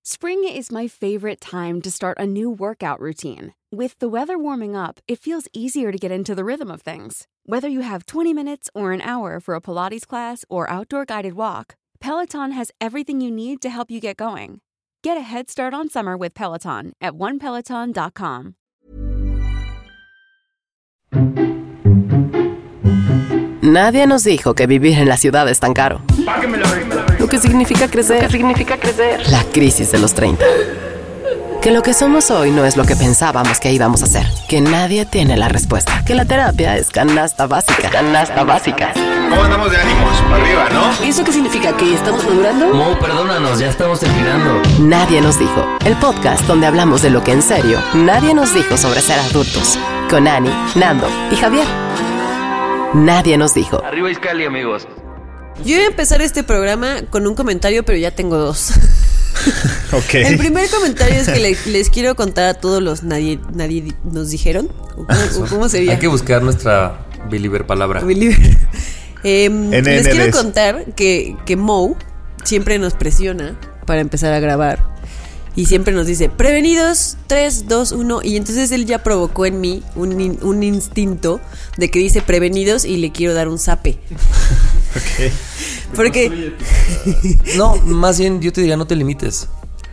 Spring is my favorite time to start a new workout routine. With the weather warming up, it feels easier to get into the rhythm of things. Whether you have 20 minutes or an hour for a Pilates class or outdoor guided walk, Peloton has everything you need to help you get going. Get a head start on summer with Peloton at onepeloton.com. Nadie nos dijo que vivir en la ciudad es tan caro. Lo que significa crecer. La crisis de los 30. Que lo que somos hoy no es lo que pensábamos que íbamos a ser. Que nadie tiene la respuesta. Que la terapia es canasta básica. ¿Cómo andamos de ánimos? Para arriba, ¿no? ¿Eso qué significa? ¿Que estamos madurando? Mo, perdónanos, ya estamos terminando. Nadie nos dijo. El podcast donde hablamos de lo que en serio nadie nos dijo sobre ser adultos. Con Ani, Nando y Javier. Nadie nos dijo. Arriba Iscali, amigos. Yo iba a empezar este programa con un comentario, pero ya tengo dos. Ok. El primer comentario es que les quiero contar a todos los nadie nos dijeron. ¿Cómo sería? Hay que buscar nuestra believer palabra. Les quiero contar que Mo siempre nos presiona para empezar a grabar. Y siempre nos dice, prevenidos, 3, 2, 1. Y entonces él ya provocó en mí un instinto de que dice prevenidos y le quiero dar un zape. Ok. Porque... No, más bien yo te diría no te limites.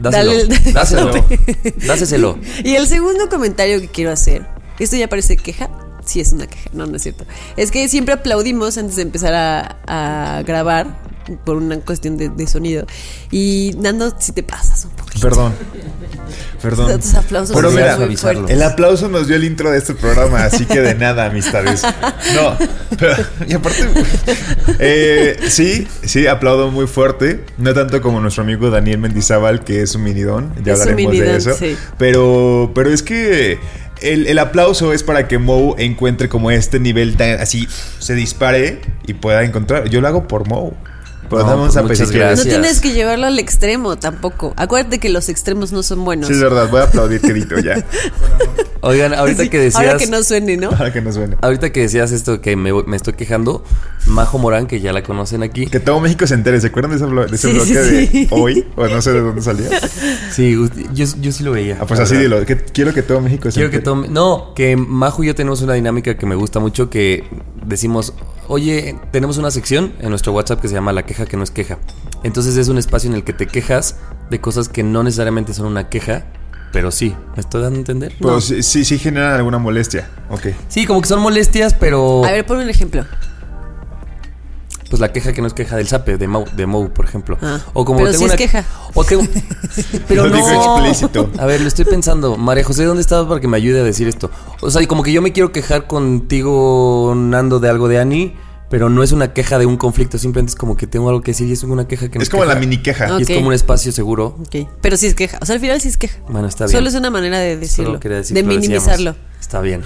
Dáselo. Y el segundo comentario que quiero hacer, esto ya parece queja. Sí, es una queja, no es cierto. Es que siempre aplaudimos antes de empezar a grabar por una cuestión de sonido. Y Nando, si te pasas un poquito. Perdón. Tus aplausos. Pero mira, muy fuertes. el aplauso nos dio el intro de este programa, así que de nada, amistades. No, pero, y aparte, sí, aplaudo muy fuerte. No tanto como nuestro amigo Daniel Mendizábal, que es un minidón. Ya hablaremos de eso. Sí. Pero es que el aplauso es para que Mo encuentre como este nivel tan así, se dispare y pueda encontrar. Yo lo hago por Mo. Pero no, damos a muchas gracias. No tienes que llevarlo al extremo tampoco. Acuérdate que los extremos no son buenos. Sí, es verdad, voy a aplaudir quedito ya. Oigan, ahorita que decías... Ahora que no suene, ¿no? Ahora que no suene. Ahorita que decías esto que me estoy quejando, Majo Morán, que ya la conocen aquí. Que todo México se entere. ¿Se acuerdan de ese bloque de hoy? O no sé de dónde salía. Sí, yo sí lo veía. Ah, pues así dilo. Quiero que todo México se entere. Que Majo y yo tenemos una dinámica que me gusta mucho, que decimos... Oye, tenemos una sección en nuestro WhatsApp que se llama La Queja que no es queja. Entonces es un espacio en el que te quejas de cosas que no necesariamente son una queja, pero sí. ¿Me estoy dando a entender? Pero no. sí generan alguna molestia. Ok. Sí, como que son molestias, pero... A ver, pon un ejemplo. Pues la queja que no es queja del zape, de Mo, por ejemplo. O como pero tengo sí es queja. Pero no. Dijo explícito. A ver, lo estoy pensando. María José, ¿dónde estabas para que me ayude a decir esto? O sea, y como que yo me quiero quejar contigo, Nando, de algo de Ani, pero no es una queja de un conflicto. Simplemente es como que tengo algo que decir y es una queja que no es como queja. La mini queja. Y es como un espacio seguro. Ok. Pero sí es queja. O sea, al final sí es queja. Bueno, está bien. Solo es una manera de decirlo. De minimizarlo. Está bien.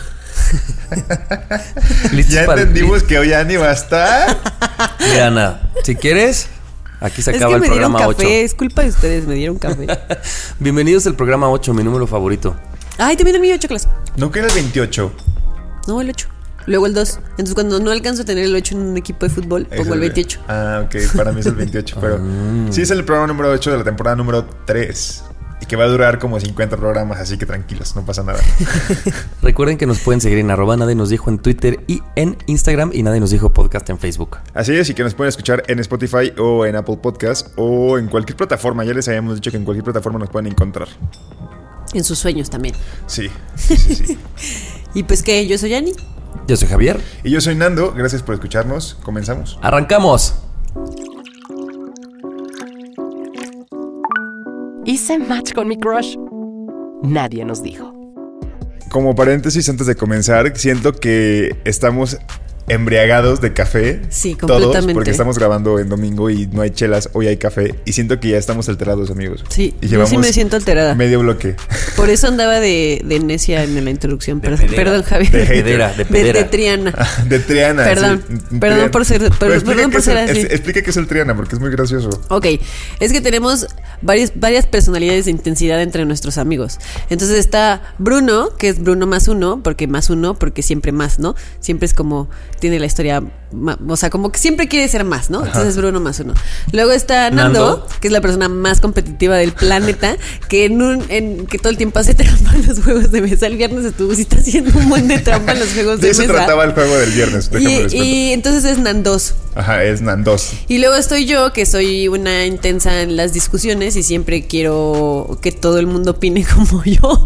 Ya entendimos que hoy Ani va a estar. Mira, nada. Si quieres, aquí se acaba el programa 8. Es culpa de ustedes, me dieron café. Bienvenidos al programa 8, mi número favorito. Ay, también el mío, choclas. ¿No que era el 28? No, el 8. Luego el 2. Entonces cuando no alcanzo a tener el 8 en un equipo de fútbol, pongo el 28. Ah, ok, para mí es el 28. Pero sí es el programa número 8 de la temporada número 3. Y que va a durar como 50 programas, así que tranquilos, no pasa nada. Recuerden que nos pueden seguir en @nadie nos dijo en Twitter y en Instagram, y Nadie nos dijo podcast en Facebook. Así es, y que nos pueden escuchar en Spotify o en Apple Podcast o en cualquier plataforma. Ya les habíamos dicho que en cualquier plataforma nos pueden encontrar. En sus sueños también. Sí. Y pues que yo soy Ani. Yo soy Javier. Y yo soy Nando. Gracias por escucharnos. Comenzamos. ¡Arrancamos! Hice match con mi crush. Nadie nos dijo. Como paréntesis antes de comenzar, siento que estamos embriagados de café. Sí, completamente. Todos, porque estamos grabando en domingo y no hay chelas, hoy hay café. Y siento que ya estamos alterados, amigos. Sí, y yo sí me siento alterada. Medio bloque. Por eso andaba de necia en la introducción. Perdón, Javier. De pedera. De Triana. De Triana. Perdón, sí. Perdón por ser así. Explica qué es el Triana, porque es muy gracioso. Ok, es que tenemos varias personalidades de intensidad entre nuestros amigos. Entonces está Bruno, que es Bruno más uno, porque siempre más, ¿no? Siempre es como... Tiene la historia o sea, como que siempre quiere ser más, ¿no? Entonces Bruno más uno. Luego está Nando, que es la persona más competitiva del planeta, que que todo el tiempo hace trampa en los juegos de mesa. El viernes está haciendo un buen de trampa en los juegos de mesa. De eso trataba el juego del viernes. Y entonces es Nandos. Ajá, es Nandos. Y luego estoy yo, que soy una intensa en las discusiones y siempre quiero que todo el mundo opine como yo.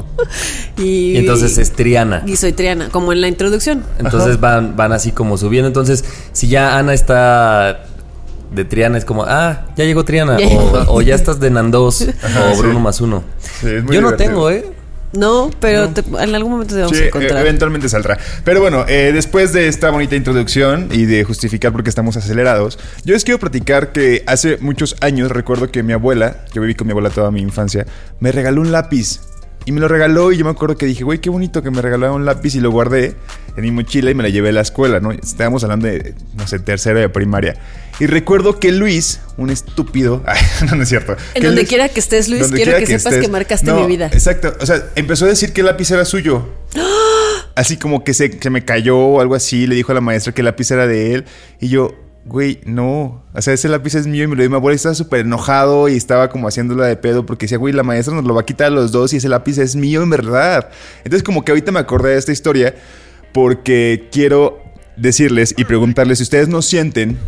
Y entonces es Triana. Y soy Triana, como en la introducción. Entonces van así como subiendo. Entonces, si ya Ana está de Triana, es como, ya llegó Triana. O ya estás de Nandos. O Bruno más uno. Sí, es muy yo divertido. No tengo, No, pero en algún momento te vamos a encontrar. Eventualmente saldrá. Pero bueno, después de esta bonita introducción y de justificar por qué estamos acelerados, yo les quiero platicar que hace muchos años recuerdo que mi abuela, yo viví con mi abuela toda mi infancia, me regaló un lápiz. Y me lo regaló y yo me acuerdo que dije, güey, qué bonito que me regaló un lápiz, y lo guardé en mi mochila y me la llevé a la escuela, ¿no? Estábamos hablando de, no sé, tercero de primaria. Y recuerdo que Luis, un estúpido... no es cierto. En donde quiera que estés, Luis, quiero que sepas que marcaste mi vida. Exacto. O sea, empezó a decir que el lápiz era suyo. Así como que se me cayó o algo así. Le dijo a la maestra que el lápiz era de él. Y yo... Güey, no. O sea, ese lápiz es mío y me lo dio mi abuela. Estaba súper enojado y estaba como haciéndola de pedo porque decía, güey, la maestra nos lo va a quitar a los dos y ese lápiz es mío en verdad. Entonces como que ahorita me acordé de esta historia porque quiero decirles y preguntarles si ustedes no sienten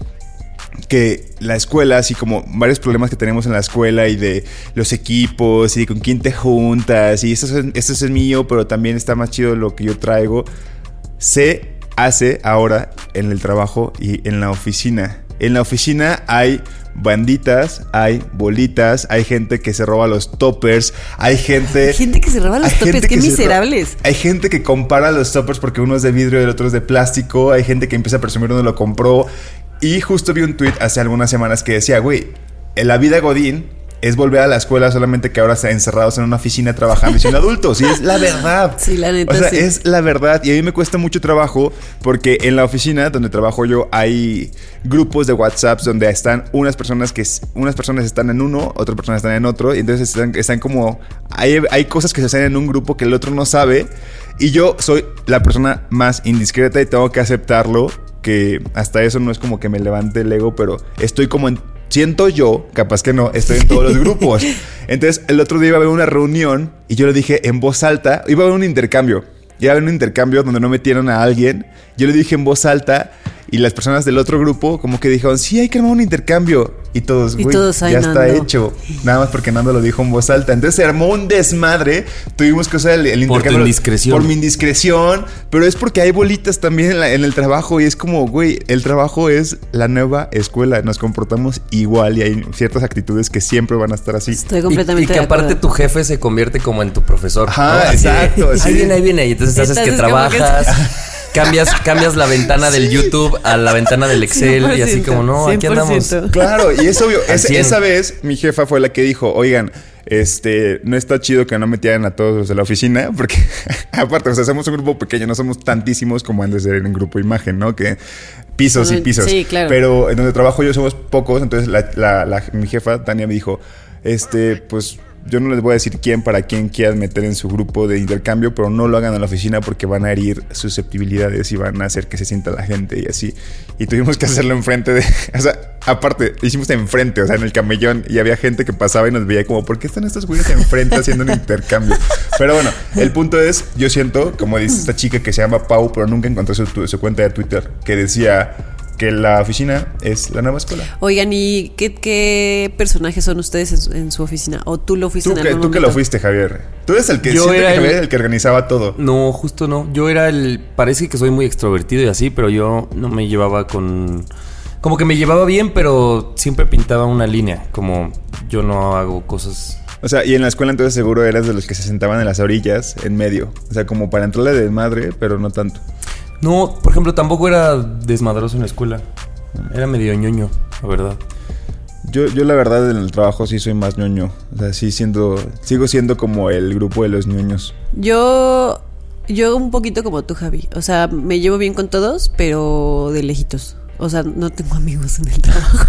que la escuela, así como varios problemas que tenemos en la escuela y de los equipos y de con quién te juntas y esto es mío, pero también está más chido lo que yo traigo, se hace ahora en el trabajo y en la oficina. En la oficina hay banditas, hay bolitas, hay gente que se roba los toppers, hay gente que se roba los toppers, qué miserables. Hay gente que compara los toppers porque uno es de vidrio y el otro es de plástico, hay gente que empieza a presumir dónde lo compró. Y justo vi un tweet hace algunas semanas que decía, güey, en la vida godín es volver a la escuela, solamente que ahora están encerrados en una oficina trabajando y siendo adultos. Y es la verdad. Sí, la neta, o sea, sí. Es la verdad. Y a mí me cuesta mucho trabajo porque en la oficina donde trabajo yo hay grupos de WhatsApp donde están unas personas están en uno, otras personas están en otro. Y entonces están como... Hay cosas que se hacen en un grupo que el otro no sabe. Y yo soy la persona más indiscreta y tengo que aceptarlo. Que hasta eso no es como que me levante el ego, pero estoy como en... Siento yo, capaz que no, estoy en todos los grupos. Entonces, el otro día iba a haber una reunión y yo le dije en voz alta, iba a haber un intercambio. Iba a haber un intercambio donde no metieron a alguien. Yo le dije en voz alta y las personas del otro grupo como que dijeron, sí, hay que armar un intercambio. Y todos, güey, ya está hecho. Nada más porque Nando lo dijo en voz alta. Entonces se armó un desmadre. Tuvimos que usar el intercambio. Por tu indiscreción. Por mi indiscreción. Pero es porque hay bolitas también en el trabajo. Y es como, güey, el trabajo es la nueva escuela. Nos comportamos igual y hay ciertas actitudes que siempre van a estar así. Estoy completamente y que aparte tu jefe se convierte como en tu profesor. Ajá, ¿no? exacto. Sí. Ahí viene. Y entonces haces que trabajas... Cambias la ventana del YouTube a la ventana del Excel 100%, y así como, no, 100%. Aquí andamos. Claro, y es obvio. Esa vez mi jefa fue la que dijo, oigan, no está chido que no metieran a todos los de la oficina, porque aparte, o sea, somos un grupo pequeño, no somos tantísimos como han de ser en un grupo imagen, ¿no? Que pisos y pisos. Sí, claro. Pero en donde trabajo yo somos pocos, entonces mi jefa, Tania, me dijo, pues... Yo no les voy a decir para quién quieran meter en su grupo de intercambio, pero no lo hagan en la oficina porque van a herir susceptibilidades y van a hacer que se sienta la gente y así. Y tuvimos que hacerlo enfrente de... O sea, aparte, hicimos enfrente, o sea, en el camellón, y había gente que pasaba y nos veía como, ¿por qué están estos güeyes enfrente haciendo un intercambio? Pero bueno, el punto es, yo siento, como dice esta chica que se llama Pau, pero nunca encontré su cuenta de Twitter, que decía... que la oficina es la nueva escuela. Oigan, ¿y qué personajes son ustedes en su oficina? ¿O tú lo fuiste en algún momento? Tú que lo fuiste, Javier. Tú eres el que el que organizaba todo. No, justo no. Yo era parece que soy muy extrovertido y así, pero yo no me llevaba con... Como que me llevaba bien, pero siempre pintaba una línea. Como yo no hago cosas... O sea, y en la escuela entonces seguro eras de los que se sentaban en las orillas, en medio. O sea, como para entrarle de madre, pero no tanto. No, por ejemplo, tampoco era desmadroso en la escuela. Era medio ñoño, la verdad. Yo la verdad en el trabajo sí soy más ñoño. O sea, sigo siendo como el grupo de los ñoños. Yo un poquito como tú, Javi. O sea, me llevo bien con todos, pero de lejitos. O sea, no tengo amigos en el trabajo.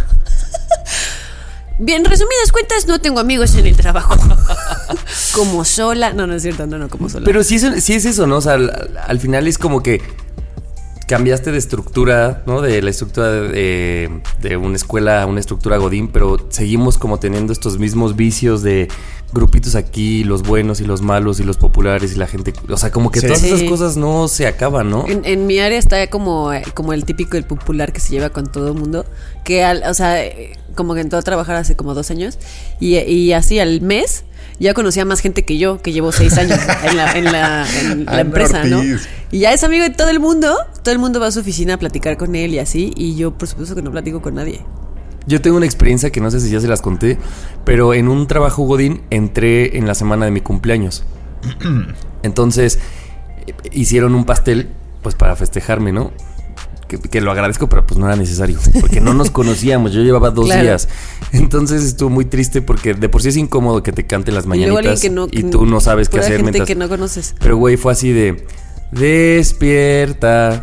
Bien, resumidas cuentas, no tengo amigos en el trabajo. Como sola. No es cierto, no, como sola. Pero sí es eso, ¿no? O sea, al final es como que cambiaste de estructura, ¿no? De la estructura de una escuela a una estructura godín, pero seguimos como teniendo estos mismos vicios de grupitos aquí, los buenos y los malos y los populares y la gente, o sea, como que todas esas cosas no se acaban, ¿no? En mi área está como el típico, el popular que se lleva con todo el mundo, que o sea, como que entró a trabajar hace como 2 años y así al mes ya conocía más gente que yo, que llevo 6 años en la empresa, ¿no? Y ya es amigo de todo el mundo va a su oficina a platicar con él y así, y yo por supuesto que no platico con nadie. Yo tengo una experiencia que no sé si ya se las conté, pero en un trabajo godín entré en la semana de mi cumpleaños. Entonces hicieron un pastel pues para festejarme, ¿no? Que lo agradezco, pero pues no era necesario, porque no nos conocíamos, yo llevaba 2 días. Entonces estuvo muy triste porque de por sí es incómodo que te canten las mañanitas y tú no sabes qué hacer mientras que no conoces. Pero güey, fue así de despierta,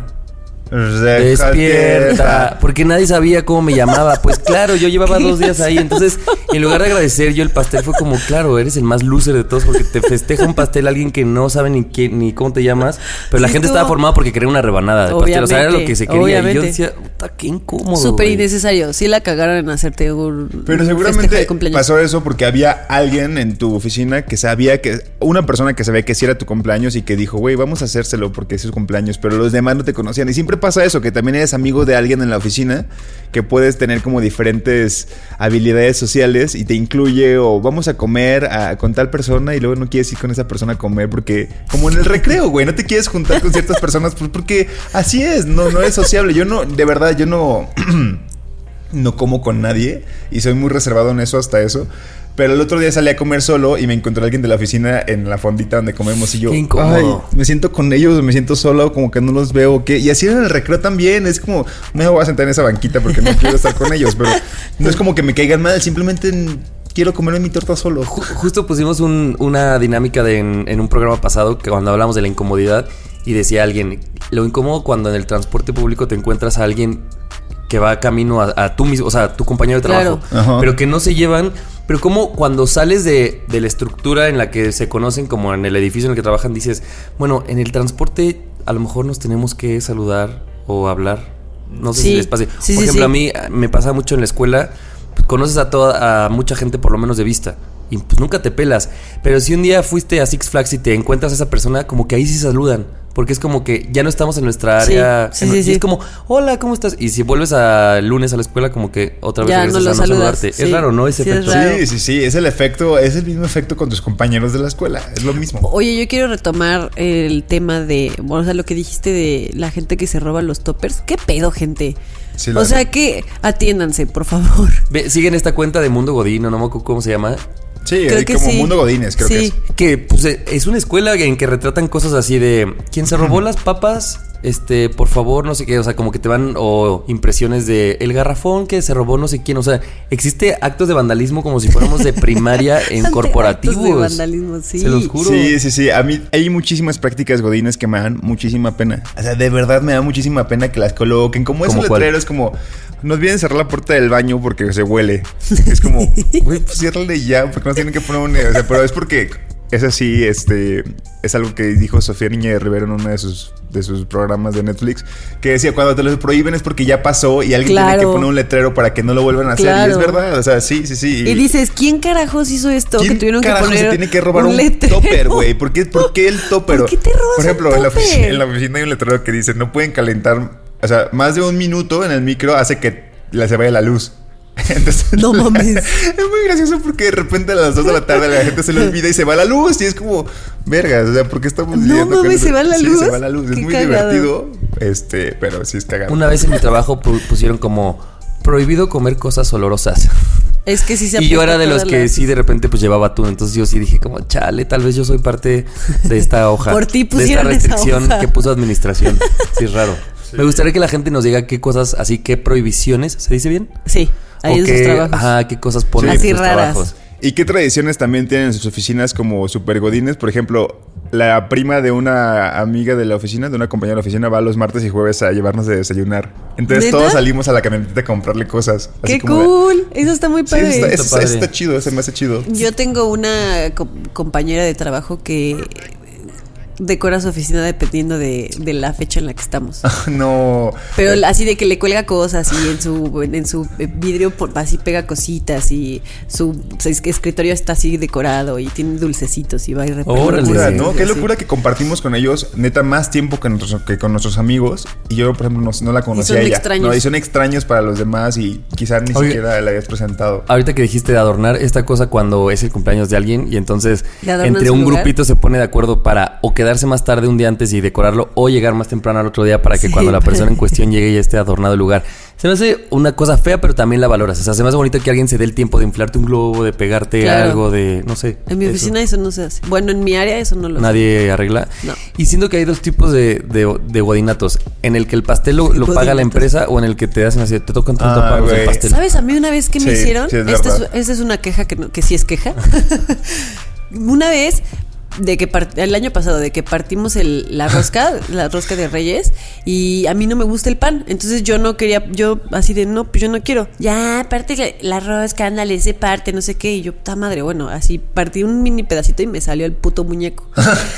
porque nadie sabía cómo me llamaba. Pues claro, yo llevaba 2 días ahí. Entonces, en lugar de agradecer yo el pastel, fue como, claro, eres el más loser de todos, porque te festeja un pastel a alguien que no sabe ni cómo te llamas. Pero la gente estaba formada porque quería una rebanada de pastel. O sea, era lo que se quería. Obviamente. Y yo decía, puta, qué incómodo. Súper innecesario. Sí la cagaron en hacerte un pero seguramente pasó eso porque había alguien en tu oficina que sabía que, una persona que sabía que sí era tu cumpleaños y que dijo, güey, vamos a hacérselo porque es su cumpleaños. Pero los demás no te conocían. Y siempre pasa eso, que también eres amigo de alguien en la oficina, que puedes tener como diferentes habilidades sociales y te incluye, o vamos a comer con tal persona y luego no quieres ir con esa persona a comer porque, como en el recreo, güey, no te quieres juntar con ciertas personas pues porque así es, no es sociable. Yo no, de verdad, yo no no como con nadie y soy muy reservado en eso, hasta eso. Pero el otro día salí a comer solo y me encontré a alguien de la oficina en la fondita donde comemos y yo, ay, me siento con ellos, me siento solo, como que no los veo, ¿qué? Y así en el recreo también, es como, me voy a sentar en esa banquita porque no quiero estar con ellos, pero no es como que me caigan mal, simplemente quiero comerme mi torta solo. Justo pusimos una dinámica en un programa pasado que cuando hablamos de la incomodidad y decía alguien, lo incómodo cuando en el transporte público te encuentras a alguien que va camino a tú mismo, o sea, a tu compañero de trabajo, claro, pero que no se llevan. Pero como cuando sales de la estructura en la que se conocen, como en el edificio en el que trabajan, dices, bueno, en el transporte a lo mejor nos tenemos que saludar o hablar. No sé si les pase. Sí, por ejemplo, a mí me pasa mucho en la escuela, pues, conoces a mucha gente por lo menos de vista y pues nunca te pelas. Pero si un día fuiste a Six Flags y te encuentras a esa persona, como que ahí sí saludan. Porque es como que ya no estamos en nuestra área. Y es como, hola, ¿cómo estás? Y si vuelves el lunes a la escuela, como que otra vez regresas a no saludarte. Sí. Es raro, ¿no? Ese efecto. Sí. Es el efecto, es el mismo efecto con tus compañeros de la escuela. Es lo mismo. Oye, yo quiero retomar el tema de, o sea, lo que dijiste de la gente que se roba los toppers. ¿Qué pedo, gente? Sí, o sea, que atiéndanse, por favor. Siguen esta cuenta de Mundo Godín, no me acuerdo cómo se llama. Sí, como Mundo Godínez, creo que es. Que pues, es una escuela en que retratan cosas así de ¿quién se robó las papas? Por favor, no sé qué, o sea, como que te van, o impresiones de el garrafón que se robó no sé quién, o sea, existe actos de vandalismo como si fuéramos de primaria en corporativos. Actos de vandalismo, sí. Se los juro. Sí, a mí hay muchísimas prácticas godines que me dan muchísima pena. O sea, de verdad me da muchísima pena que las coloquen. Como esos letreros, como nos vienen a cerrar la puerta del baño porque se huele. Es como, güey, pues ciérrale ya, porque no tienen que poner o sea, pero es porque es así, es algo que dijo Sofía Niña de Rivera en uno de sus programas de Netflix, que decía, cuando te lo prohíben es porque ya pasó y alguien tiene que poner un letrero para que no lo vuelvan a hacer. Y es verdad, o sea, sí. Y dices, ¿quién carajos hizo esto? Que tuvieron que poner se tiene que robar un topper, güey? ¿Por qué el topper? ¿Por qué te robas? Por ejemplo, en la oficina hay un letrero que dice, no pueden calentar, o sea, más de 1 minuto en el micro hace que se vaya la luz. Entonces, no mames. Es muy gracioso porque de repente a las 2 de la tarde la gente se le olvida y se va la luz. Y es como, vergas, o sea, ¿por qué estamos diciendo? No mames, se va la luz. Sí, se va la luz. Es muy divertido, pero sí es cagado. Una vez en mi trabajo pusieron como prohibido comer cosas olorosas. Es que sí se Y yo era de los que sí de repente pues llevaba atún. Entonces yo sí dije como, chale, tal vez yo soy parte de esta hoja. Por ti pusieron de esta restricción que puso administración. Sí, es raro. Sí. Me gustaría que la gente nos diga qué cosas, así, qué prohibiciones, ¿se dice bien? Sí, ahí en sus trabajos. Ajá, qué cosas ponen en sus raras. Trabajos. ¿Y qué tradiciones también tienen en sus oficinas como super godines? Por ejemplo, la prima de una amiga de la oficina, de una compañera de la oficina, va los martes y jueves a llevarnos de desayunar. Entonces ¿neta? Todos salimos a la camioneta a comprarle cosas. Así ¡qué cool! Eso está muy padre. Sí, está chido, se me hace chido. Yo tengo una compañera de trabajo que decora su oficina dependiendo de la fecha en la que estamos. No. Pero así de que le cuelga cosas y en su vidrio así pega cositas y su escritorio está así decorado y tiene dulcecitos y va y reparte. Qué locura, ¿no? Qué locura que compartimos con ellos, neta, más tiempo que con nuestros amigos. Y yo, por ejemplo, no la conocía a ella. Extraños. No, y son extraños para los demás y quizás ni siquiera la habías presentado. Ahorita que dijiste de adornar, esta cosa cuando es el cumpleaños de alguien y entonces entre un grupito se pone de acuerdo para o quedarse más tarde un día antes y decorarlo o llegar más temprano al otro día para que cuando la persona en cuestión llegue ya esté adornado el lugar. Se me hace una cosa fea, pero también la valoras. O sea, se me hace bonito que alguien se dé el tiempo de inflarte un globo, de pegarte algo, de no sé. En mi oficina eso no se hace. Bueno, en mi área eso no lo Nadie arregla. No. Y siento que hay dos tipos de godinatos. En el que el pastel lo paga la empresa o en el que te hacen así, te tocan tanto pagos el pastel. ¿Sabes a mí una vez que me hicieron? Esta es una queja que sí es queja. Una vez el año pasado, de que partimos la rosca de Reyes, y a mí no me gusta el pan, entonces yo no quería, así de, no, pues yo no quiero, ya, parte la rosca, ándale, se parte, no sé qué, y yo, ta madre, bueno, así partí un mini pedacito y me salió el puto muñeco.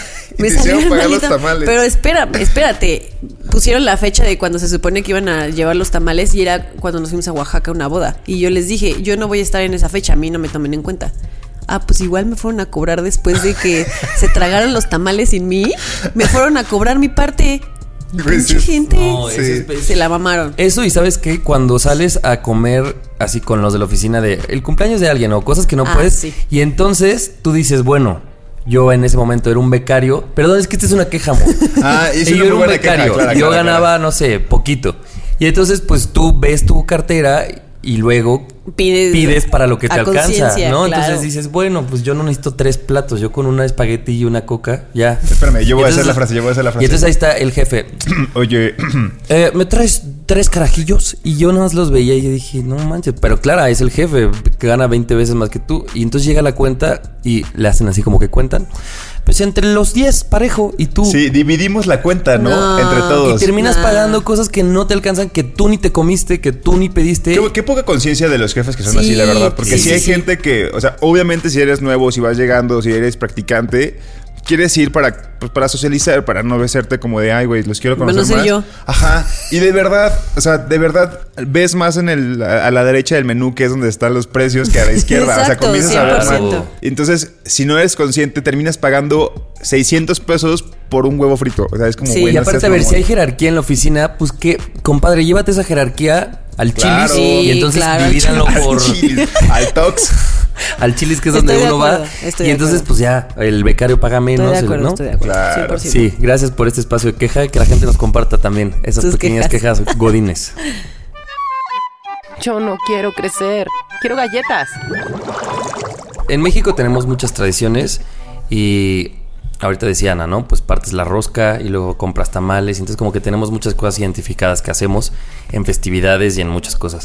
Me salió pagar los tamales. Pero espérate, pusieron la fecha de cuando se supone que iban a llevar los tamales y era cuando nos fuimos a Oaxaca a una boda, y yo les dije, yo no voy a estar en esa fecha, a mí no me tomen en cuenta. Pues igual me fueron a cobrar después de que se tragaron los tamales sin mí. Me fueron a cobrar mi parte. Mucha gente se la mamaron. Eso, y ¿sabes qué? Cuando sales a comer así con los de la oficina de el cumpleaños de alguien o cosas que no puedes, sí. Y entonces tú dices, bueno, yo en ese momento era un becario. Perdón, es que esta es una queja, amor. Y yo era un becario. Yo ganaba, no sé, poquito. Y entonces pues tú ves tu cartera y luego pides para lo que te alcanza, ¿no? Claro. Entonces dices, bueno, pues yo no necesito 3 platos, yo con una espagueti y una coca, ya. Espérame, yo voy a hacer la frase. Y entonces ahí está el jefe. Oye, ¿me traes 3 carajillos? Y yo nada más los veía y yo dije, no manches, pero claro, es el jefe que gana 20 veces más que tú. Y entonces llega la cuenta y le hacen así como que cuentan. Pues entre los 10 parejo y tú. Sí, dividimos la cuenta, ¿no? Entre todos. Y terminas pagando cosas que no te alcanzan, que tú ni te comiste, que tú ni pediste. Qué poca conciencia de los jefes que son así, la verdad. Porque sí hay gente que, o sea, obviamente si eres nuevo, si vas llegando, si eres practicante, quieres ir para socializar, para no besarte como de, ay, güey, los quiero conocer más. Yo. Ajá. Y de verdad, o sea, ves más a la derecha del menú, que es donde están los precios, que a la izquierda. Exacto, o sea, comienzas 100%. A ver más. Entonces, si no eres consciente, terminas pagando 600 pesos por un huevo frito. O sea, es como, y aparte, a ver, si hay jerarquía en la oficina, pues que, compadre, llévate esa jerarquía al Chili's y entonces divídanlo por... al Tox. Al Chili's, que es donde uno va. Y entonces, pues ya, el becario paga menos, estoy ¿no? Estoy de acuerdo. Claro. 100%. Sí, gracias por este espacio de queja y que la gente nos comparta también esas pequeñas quejas godines. Yo no quiero crecer, quiero galletas. En México tenemos muchas tradiciones y ahorita decía Ana, ¿no? Pues partes la rosca y luego compras tamales. Entonces como que tenemos muchas cosas identificadas que hacemos en festividades y en muchas cosas.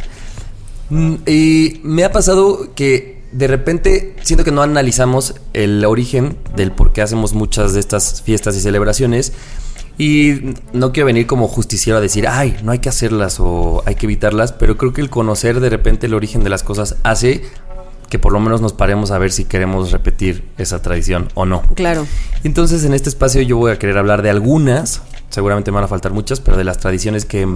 Y me ha pasado que de repente siento que no analizamos el origen del por qué hacemos muchas de estas fiestas y celebraciones. Y no quiero venir como justiciero a decir, ay, no hay que hacerlas o hay que evitarlas, pero creo que el conocer de repente el origen de las cosas hace que por lo menos nos paremos a ver si queremos repetir esa tradición o no. Claro. Entonces en este espacio yo voy a querer hablar de algunas, seguramente me van a faltar muchas, pero de las tradiciones que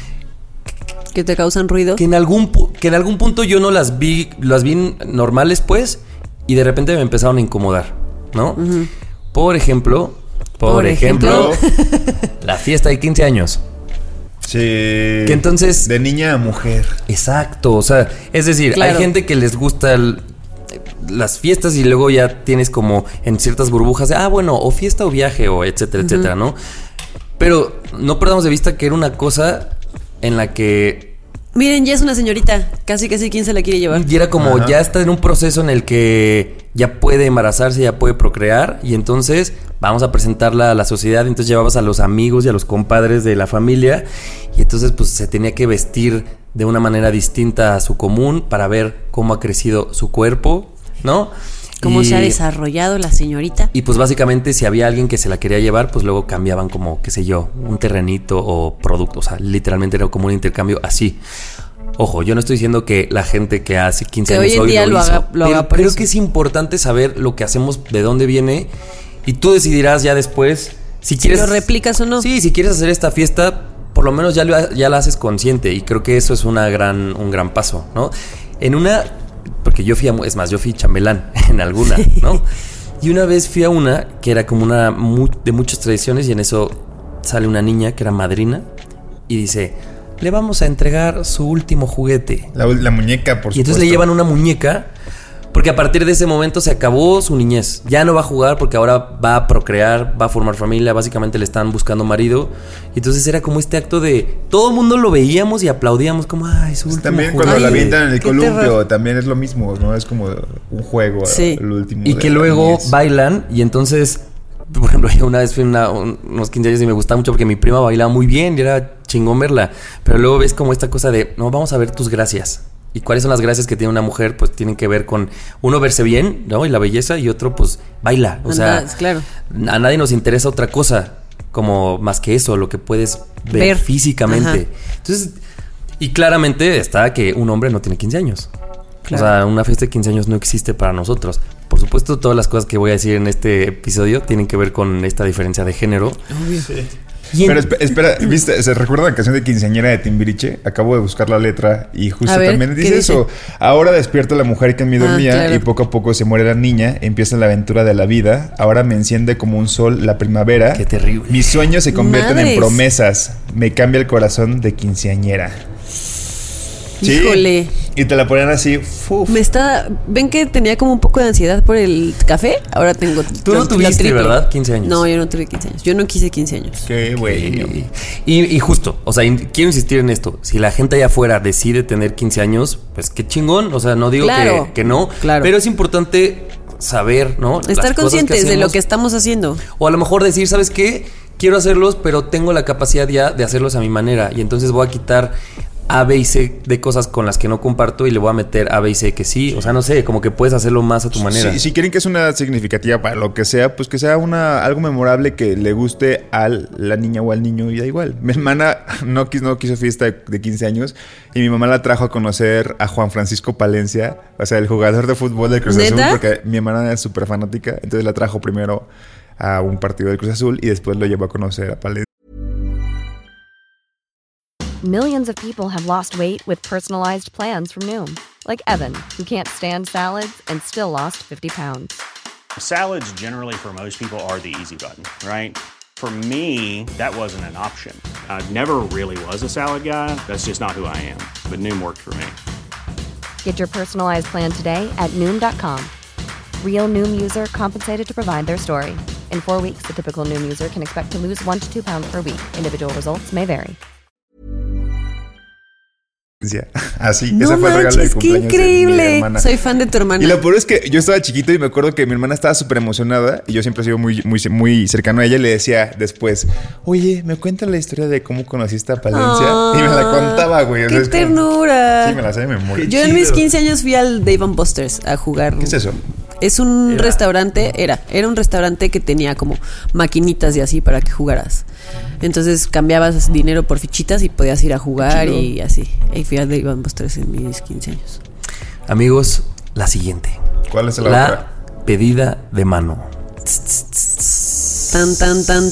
te causan ruido. Que en algún punto yo no las vi normales, pues, y de repente me empezaron a incomodar, ¿no? Uh-huh. Por ejemplo, la fiesta de 15 años. Sí. Que entonces... De niña a mujer. Exacto, o sea, es decir, claro, hay gente que les gusta las fiestas y luego ya tienes como en ciertas burbujas de, bueno, o fiesta o viaje o etcétera, etcétera, ¿no? Pero no perdamos de vista que era una cosa en la que... Miren, ya es una señorita, casi quién se la quiere llevar. Y era como, ya está en un proceso en el que ya puede embarazarse, ya puede procrear, y entonces vamos a presentarla a la sociedad. Entonces llevabas a los amigos y a los compadres de la familia, y entonces pues se tenía que vestir de una manera distinta a su común para ver cómo ha crecido su cuerpo, ¿no? Cómo se ha desarrollado la señorita. Y pues básicamente si había alguien que se la quería llevar, pues luego cambiaban como, qué sé yo, un terrenito o producto. O sea, literalmente era como un intercambio así. Ojo, yo no estoy diciendo que la gente que hace 15 años hoy lo hizo, pero creo que es importante saber lo que hacemos, de dónde viene Y tú decidirás ya después si quieres... ¿Lo replicas o no? Sí, si quieres hacer esta fiesta, por lo menos ya la haces consciente. Y creo que eso es un gran paso, ¿no? Porque yo fui chambelán en alguna, ¿no? Y una vez fui a una que era como de muchas tradiciones y en eso sale una niña que era madrina y dice, le vamos a entregar su último juguete. La muñeca, por supuesto. Y entonces le llevan una muñeca porque a partir de ese momento se acabó su niñez. Ya no va a jugar porque ahora va a procrear, va a formar familia, básicamente le están buscando marido. Y entonces era como este acto de... Todo el mundo lo veíamos y aplaudíamos como, ay, su último también juguete. Cuando la avientan en el columpio, también es lo mismo, ¿no? Es como un juego, el último. Y que luego bailan y entonces... Por ejemplo, yo una vez fui a unos 15 años y me gustaba mucho porque mi prima bailaba muy bien y era chingón verla. Pero luego ves como esta cosa de, no, vamos a ver tus gracias. ¿Y cuáles son las gracias que tiene una mujer? Pues tienen que ver con, uno, verse bien, ¿no? Y la belleza, y otro, pues, baila. O sea, claro. A nadie nos interesa otra cosa como más que eso, lo que puedes ver físicamente. Ajá. Entonces, y claramente está que un hombre no tiene 15 años. Claro. O sea, una fiesta de 15 años no existe para nosotros. Por supuesto, todas las cosas que voy a decir en este episodio tienen que ver con esta diferencia de género. Obvio. Sí. Pero espera, ¿viste? ¿Se recuerda la canción de Quinceañera de Timbiriche? Acabo de buscar la letra y justo también dice eso. Ahora despierta la mujer que en mí dormía, claro. Y poco a poco se muere la niña, empieza la aventura de la vida. Ahora me enciende como un sol la primavera. Qué terrible. Mis sueños se convierten en promesas. Me cambia el corazón de quinceañera. ¿Sí? Híjole. Y te la ponen así. Uf. ¿Ven que tenía como un poco de ansiedad por el café? Ahora tengo... Tú no tuviste, ¿verdad? 15 años. No, yo no tuve 15 años. Yo no quise 15 años. Qué bueno. Y justo, o sea, quiero insistir en esto. Si la gente allá afuera decide tener 15 años, pues qué chingón. O sea, no digo que no. Claro. Pero es importante saber, ¿no? Estar conscientes de lo que estamos haciendo. O a lo mejor decir, ¿sabes qué? Quiero hacerlos, pero tengo la capacidad ya de hacerlos a mi manera. Y entonces voy a quitar A, B y C de cosas con las que no comparto y le voy a meter A, B y C que sí. O sea, no sé, como que puedes hacerlo más a tu manera. Sí, si quieren que es una significativa para lo que sea, pues que sea algo memorable que le guste a la niña o al niño y da igual. Mi hermana no quiso fiesta de 15 años y mi mamá la trajo a conocer a Juan Francisco Palencia, o sea, el jugador de fútbol del Cruz Azul, porque mi hermana es súper fanática, entonces la trajo primero a un partido del Cruz Azul y después lo llevó a conocer a Palencia. Millions of people have lost weight with personalized plans from Noom. Like Evan, who can't stand salads and still lost 50 pounds. Salads generally for most people are the easy button, right? For me, that wasn't an option. I never really was a salad guy. That's just not who I am. But Noom worked for me. Get your personalized plan today at Noom.com. Real Noom user compensated to provide their story. In 4 weeks, the typical Noom user can expect to lose 1 to 2 pounds per week. Individual results may vary. Así, no esa fue el regalo de cumpleaños. ¡Qué increíble! De mi hermana. Soy fan de tu hermana. Y lo peor es que yo estaba chiquito y me acuerdo que mi hermana estaba súper emocionada y yo siempre he sido muy cercano a ella y le decía después, oye, ¿me cuentas la historia de cómo conociste a Palencia? Y me la contaba, güey. ¡Qué ternura! Sí, me la sé de memoria. Yo en mis 15 años fui al Dave & Buster's a jugar. ¿Qué es eso? Es un restaurante, era un restaurante que tenía como maquinitas y así para que jugaras. Entonces cambiabas dinero por fichitas y podías ir a jugar y así. Y fui a Dave & Buster's en mis 15 años. Amigos, la siguiente. ¿Cuál es la otra? La pedida de mano. Tan, tan, tan,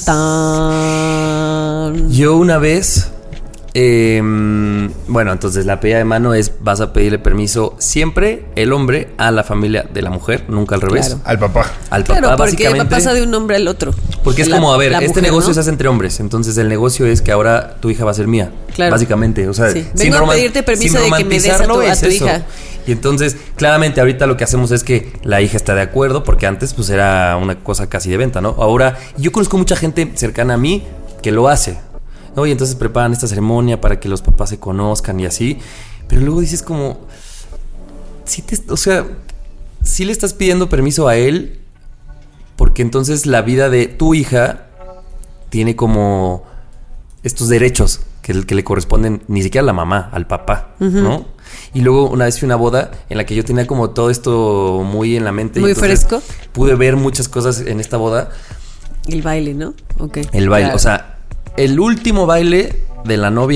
tan. Yo una vez... bueno, entonces la pedida de mano es, vas a pedirle permiso siempre el hombre a la familia de la mujer, nunca al revés. Claro. Al papá. Al papá, claro, porque básicamente. pasa de un hombre al otro. Porque es como, a ver, este mujer, negocio ¿no? se hace entre hombres, entonces el negocio es que ahora tu hija va a ser mía. Claro. Básicamente, o sea, sí. Vengo a pedirte permiso de que me des a tu hija. Y entonces, claramente ahorita lo que hacemos es que la hija está de acuerdo, porque antes pues era una cosa casi de venta, ¿no? Ahora, yo conozco mucha gente cercana a mí que lo hace. ¿No? Y entonces preparan esta ceremonia para que los papás se conozcan y así. Pero luego dices como... o sea, sí le estás pidiendo permiso a él, porque entonces la vida de tu hija tiene como estos derechos que le corresponden ni siquiera a la mamá, al papá, ¿no? Y luego una vez fui a una boda en la que yo tenía como todo esto muy en la mente. Muy fresco. Pude ver muchas cosas en esta boda. El baile, ¿no? Ok. El baile, claro. O sea... El último baile de la novia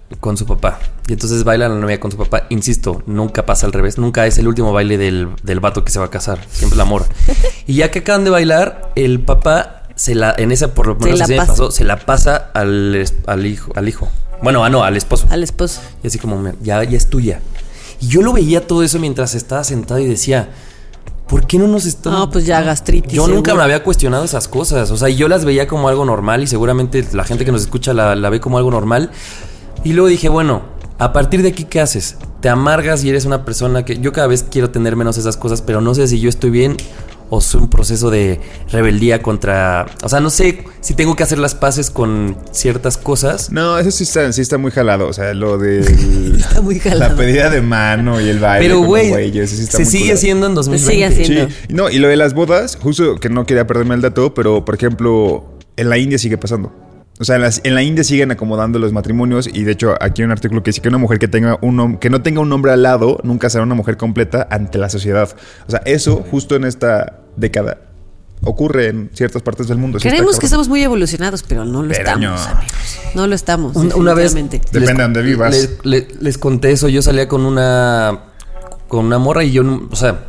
con su papá. Y entonces baila la novia con su papá. Insisto, nunca pasa al revés. Nunca es el último baile del vato que se va a casar. Siempre la morra. Y ya que acaban de bailar, el papá en esa por lo menos así me pasó, se la pasa al hijo. Bueno, al esposo. Al esposo. Y así como, ya es tuya. Y yo lo veía todo eso mientras estaba sentado y decía, ¿por qué no nos estamos...? No, pues ya gastritis. Yo nunca me había cuestionado esas cosas. O sea, yo las veía como algo normal y seguramente la gente que nos escucha la ve como algo normal. Y luego dije, bueno, a partir de aquí, ¿qué haces? Te amargas y eres una persona que... Yo cada vez quiero tener menos esas cosas, pero no sé si yo estoy bien o es un proceso de rebeldía contra... O sea, no sé si tengo que hacer las paces con ciertas cosas. No, eso sí está muy jalado. O sea, lo de... Está muy jalado. La pedida de mano y el baile. Pero, güey, se sigue haciendo en 2020. Se sigue haciendo. Sí. No, y lo de las bodas, justo que no quería perderme el dato, pero, por ejemplo, en la India sigue pasando. O sea, en la India siguen acomodando los matrimonios y de hecho aquí hay un artículo que dice que una mujer que no tenga un hombre al lado nunca será una mujer completa ante la sociedad. O sea, eso justo en esta década ocurre en ciertas partes del mundo. Creemos que estamos muy evolucionados, pero no lo estamos, amigos. No lo estamos. Una vez depende de dónde vivas. Les conté eso. Yo salía con una morra y yo, o sea,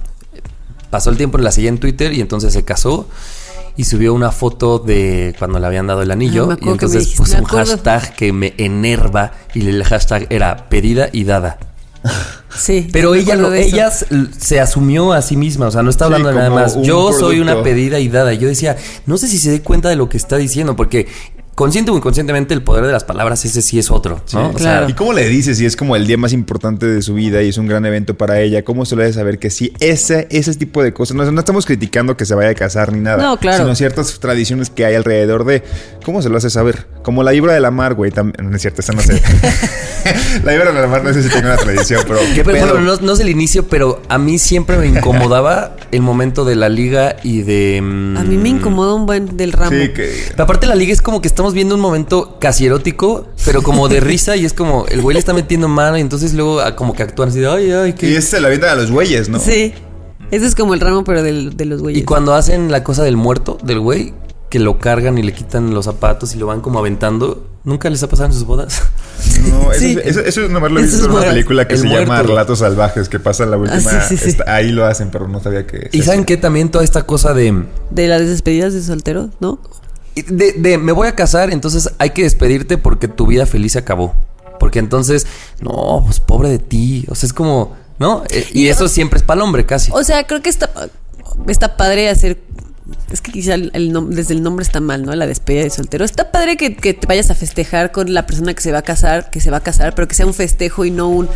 pasó el tiempo, la seguí en Twitter y entonces se casó. Y subió una foto de cuando le habían dado el anillo. Y entonces puso un hashtag que me enerva. Y el hashtag era pedida y dada. Sí. Pero ella se asumió a sí misma. O sea, no está hablando de nada más. Yo soy una pedida y dada. Y yo decía, no sé si se dé cuenta de lo que está diciendo. Porque consciente o inconscientemente el poder de las palabras, ese sí es otro, ¿no? Sí, claro. ¿Y cómo le dices si es como el día más importante de su vida y es un gran evento para ella? ¿Cómo se le debe saber que sí, ese tipo de cosas? No estamos criticando que se vaya a casar ni nada. No, claro. Sino ciertas tradiciones que hay alrededor de... ¿Cómo se lo hace saber? Como la Vibra de la Mar, güey. No es cierto, esa no sé. La Vibra de la Mar no sé si tiene una tradición, pero... ¿Qué pedo? Bueno, no es el inicio, pero a mí siempre me incomodaba el momento de la liga y de... A mí me incomoda un buen del ramo. Sí, Pero aparte la liga es como que estamos viendo un momento casi erótico, pero como de risa, y es como el güey le está metiendo mano y entonces luego como que actúan así de ay, ¿qué? Y se la avientan a los güeyes, ¿no? Sí. Ese es como el ramo, pero de los güeyes. Y cuando hacen la cosa del muerto, del güey, que lo cargan y le quitan los zapatos y lo van como aventando, ¿nunca les ha pasado en sus bodas? No, eso nomás lo he visto en una película que se llama Relatos Salvajes, que pasa en la última. Sí. Ahí lo hacen, pero no sabía que... ¿Y saben qué? También toda esta cosa de... De las despedidas de soltero, ¿no? Me voy a casar, entonces hay que despedirte porque tu vida feliz se acabó. Porque entonces, no, pues pobre de ti. O sea, es como, ¿no? Y eso siempre es para el hombre, casi. O sea, creo que está padre hacer... Es que quizá desde el nombre está mal, ¿no? La despedida de soltero. Está padre que te vayas a festejar con la persona que se va a casar, pero que sea un festejo y no un...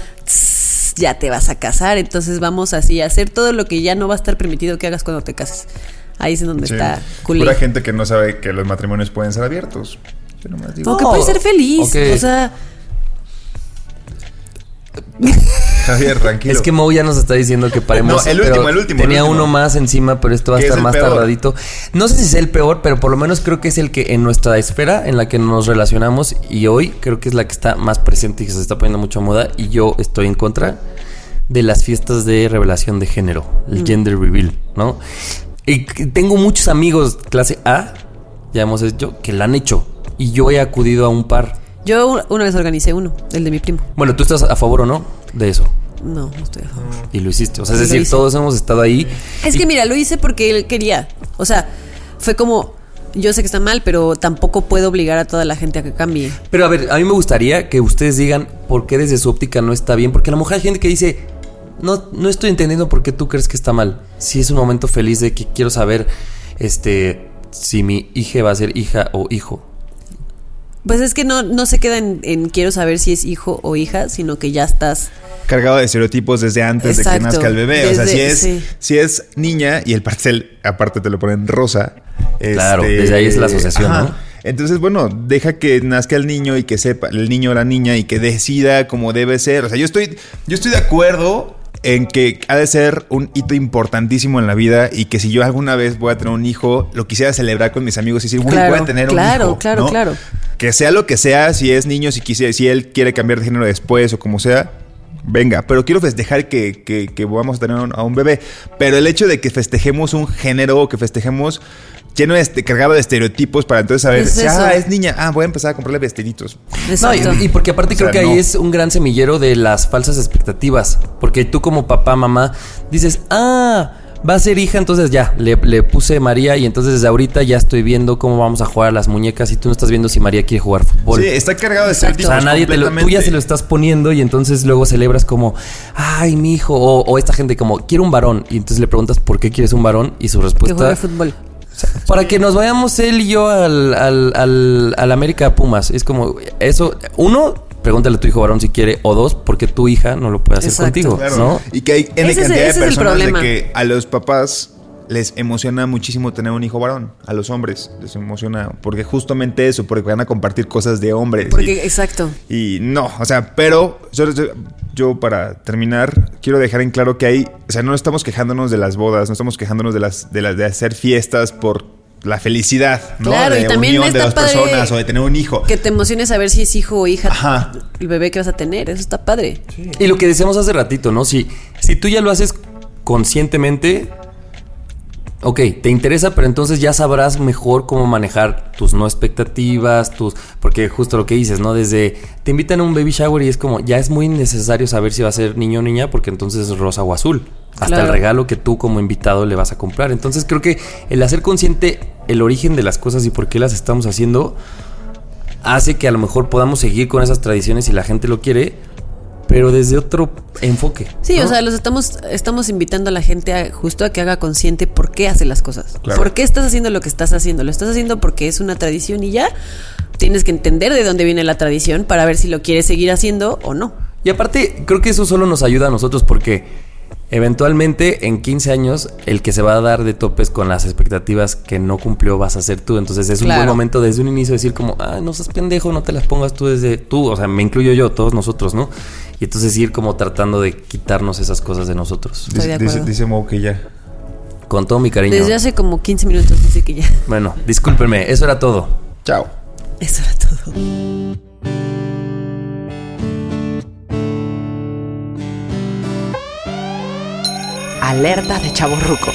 ya te vas a casar, entonces vamos así a hacer todo lo que ya no va a estar permitido que hagas cuando te cases. Ahí es donde está cool. Pura gente que no sabe que los matrimonios pueden ser abiertos. Yo nomás digo. O que puedes ser feliz. Okay. O sea... Javier, tranquilo. Es que Mo ya nos está diciendo que paremos. No, el último. Tenía uno más encima, pero esto va a estar más tardadito. No sé si es el peor, pero por lo menos creo que es el que en nuestra esfera en la que nos relacionamos y hoy creo que es la que está más presente y que se está poniendo mucho a moda. Y yo estoy en contra de las fiestas de revelación de género, el gender reveal, ¿no? Y tengo muchos amigos clase A, ya hemos hecho, que la han hecho. Y yo he acudido a un par. Yo una vez organicé uno, el de mi primo. Bueno, ¿tú estás a favor o no de eso? No estoy a favor. Y lo hiciste. O sea, es decir, todos hemos estado ahí. Es que mira, lo hice porque él quería. O sea, fue como... Yo sé que está mal, pero tampoco puedo obligar a toda la gente a que cambie. Pero a ver, a mí me gustaría que ustedes digan por qué desde su óptica no está bien. Porque a lo mejor hay gente que dice... No estoy entendiendo por qué tú crees que está mal. Si es un momento feliz de que quiero saber si mi hija va a ser hija o hijo. Pues es que no se queda en quiero saber si es hijo o hija, sino que ya estás cargado de estereotipos desde antes de que nazca el bebé. O sea, si es niña y el pastel aparte te lo ponen rosa. Claro, desde ahí es la asociación, ¿no? Entonces, bueno, deja que nazca el niño y que sepa el niño o la niña y que decida cómo debe ser. O sea, yo estoy de acuerdo en que ha de ser un hito importantísimo en la vida y que si yo alguna vez voy a tener un hijo, lo quisiera celebrar con mis amigos y decir, voy a tener un hijo. Claro. Que sea lo que sea, si es niño, si él quiere cambiar de género después o como sea, venga, pero quiero festejar que vamos a tener a un bebé. Pero el hecho de que festejemos un género, que festejemos lleno cargado de estereotipos para entonces saber, es niña, voy a empezar a comprarle vestiditos. No, y porque aparte creo que ahí es un gran semillero de las falsas expectativas. Porque tú como papá, mamá, dices, va a ser hija, entonces ya, le puse María y entonces desde ahorita ya estoy viendo cómo vamos a jugar a las muñecas y tú no estás viendo si María quiere jugar fútbol. Sí, está cargado de estereotipos. O sea, tú ya se lo estás poniendo y entonces luego celebras como, ay, mi hijo, o esta gente como, quiero un varón. Y entonces le preguntas por qué quieres un varón y su respuesta... Que juegue fútbol. Para que nos vayamos él y yo al América Pumas. Es como eso. Uno, pregúntale a tu hijo varón si quiere. O dos, porque tu hija no lo puede hacer contigo, claro. ¿no? Y que hay cantidad de personas de que a los papás les emociona muchísimo tener un hijo varón. A los hombres les emociona. Porque justamente eso, porque van a compartir cosas de hombres. Exacto. Y no, o sea, pero yo para terminar quiero dejar en claro que hay, o sea, no estamos quejándonos de las bodas, no estamos quejándonos de hacer fiestas por la felicidad, ¿no? Claro, de y también unión de dos personas o de tener un hijo. Que te emocione saber si es hijo o hija el bebé que vas a tener, eso está padre. Sí. Y lo que decíamos hace ratito, ¿no? Si tú ya lo haces conscientemente, ok, te interesa, pero entonces ya sabrás mejor cómo manejar tus no expectativas, porque justo lo que dices, ¿no? Desde te invitan a un baby shower y es como, ya es muy necesario saber si va a ser niño o niña, porque entonces es rosa o azul. Hasta el regalo que tú como invitado le vas a comprar. Entonces creo que el hacer consciente el origen de las cosas y por qué las estamos haciendo hace que a lo mejor podamos seguir con esas tradiciones si la gente lo quiere, pero desde otro enfoque. Sí, ¿no? O sea, estamos invitando a la gente a que haga consciente por qué hace las cosas. Claro. ¿Por qué estás haciendo lo que estás haciendo? Lo estás haciendo porque es una tradición y ya tienes que entender de dónde viene la tradición para ver si lo quieres seguir haciendo o no. Y aparte, creo que eso solo nos ayuda a nosotros porque eventualmente en 15 años el que se va a dar de topes con las expectativas que no cumplió vas a ser tú. Entonces es un buen momento desde un inicio decir como, no seas pendejo, no te las pongas tú o sea, me incluyo yo, todos nosotros, ¿no? Y entonces ir como tratando de quitarnos esas cosas de nosotros. Dice Mo que ya. Con todo mi cariño. Desde hace como 15 minutos dice que ya. Bueno, discúlpenme, eso era todo. Chao. Eso era todo. Alerta de chavorruco.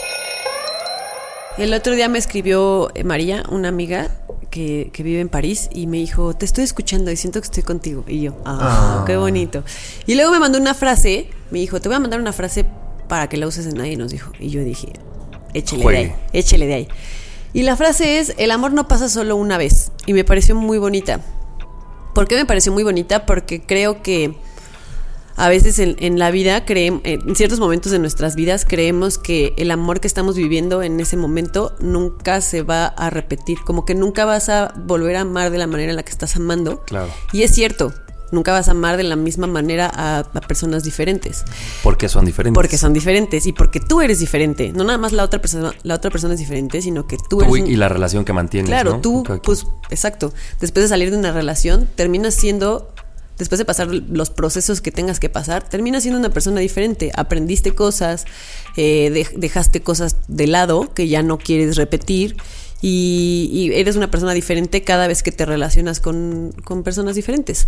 El otro día me escribió María, una amiga que vive en París, y me dijo, te estoy escuchando y siento que estoy contigo. Y yo, qué bonito. Y luego me mandó una frase, me dijo, te voy a mandar una frase para que la uses en ahí, nos dijo. Y yo dije, échele de ahí. Y la frase es, el amor no pasa solo una vez. Y me pareció muy bonita. ¿Por qué me pareció muy bonita? Porque creo que a veces en la vida, en ciertos momentos de nuestras vidas, creemos que el amor que estamos viviendo en ese momento nunca se va a repetir. Como que nunca vas a volver a amar de la manera en la que estás amando. Claro. Y es cierto, nunca vas a amar de la misma manera a personas diferentes. Porque son diferentes. Porque son diferentes y porque tú eres diferente. No nada más la otra persona es diferente, sino que tú eres... y la relación que mantienes, claro, ¿no? tú, pues, exacto. Después de salir de una relación, terminas siendo... Después de pasar los procesos que tengas que pasar, terminas siendo una persona diferente. Aprendiste cosas, dejaste cosas de lado que ya no quieres repetir y eres una persona diferente cada vez que te relacionas con personas diferentes.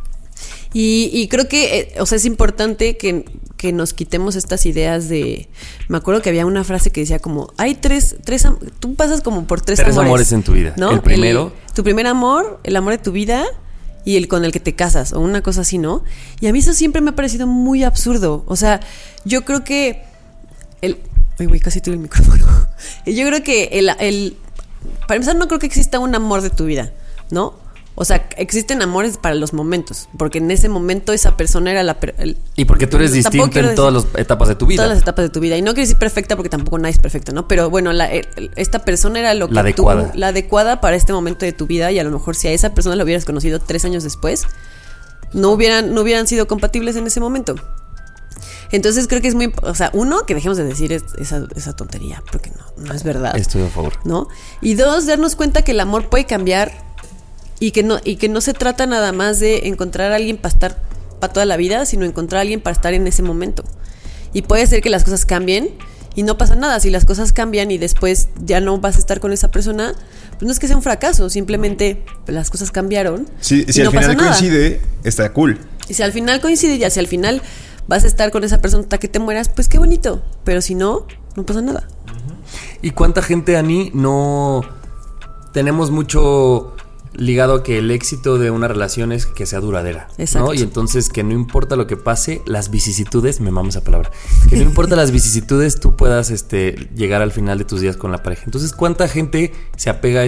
Y creo que, o sea, es importante que nos quitemos estas ideas de... Me acuerdo que había una frase que decía como, hay tú pasas como por tres amores en tu vida, ¿no? El primero... Tu primer amor, el amor de tu vida... y el con el que te casas, o una cosa así, ¿no? Y a mí eso siempre me ha parecido muy absurdo. O sea, yo creo que ay, güey, casi tuve el micrófono. Yo creo que para empezar, no creo que exista un amor de tu vida, ¿no? O sea, existen amores para los momentos, porque en ese momento esa persona era y porque tú eres distinto en todas las etapas de tu vida. Todas las etapas de tu vida. Y no quiero decir perfecta porque tampoco nadie es perfecto, ¿no? Pero bueno, esta persona era lo que la adecuada para este momento de tu vida, y a lo mejor si a esa persona la hubieras conocido 3 años después, no hubieran sido compatibles en ese momento. Entonces creo que es muy... O sea, uno, que dejemos de decir esa tontería, porque no es verdad. Estoy a favor. ¿No? Y dos, darnos cuenta que el amor puede cambiar y que no se trata nada más de encontrar a alguien para estar para toda la vida, sino encontrar a alguien para estar en ese momento. Y puede ser que las cosas cambien y no pasa nada. Si las cosas cambian y después ya no vas a estar con esa persona, pues no es que sea un fracaso, simplemente las cosas cambiaron. Si al final coincide, está cool. Y si al final coincide, y si al final vas a estar con esa persona hasta que te mueras, pues qué bonito. Pero si no, no pasa nada. ¿Y cuánta gente, Ani, no tenemos mucho ligado a que el éxito de una relación es que sea duradera? Exacto. ¿No? Y entonces que no importa lo que pase, las vicisitudes, me mamo esa palabra, que no importa las vicisitudes, tú puedas llegar al final de tus días con la pareja. Entonces, ¿cuánta gente se apega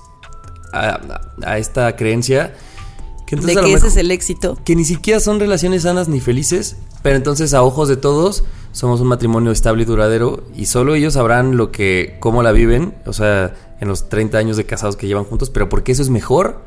a esta creencia? Que entonces, de que ese es el éxito. Que ni siquiera son relaciones sanas ni felices, pero entonces a ojos de todos somos un matrimonio estable y duradero y solo ellos sabrán cómo la viven, o sea, en los 30 años de casados que llevan juntos, pero porque eso es mejor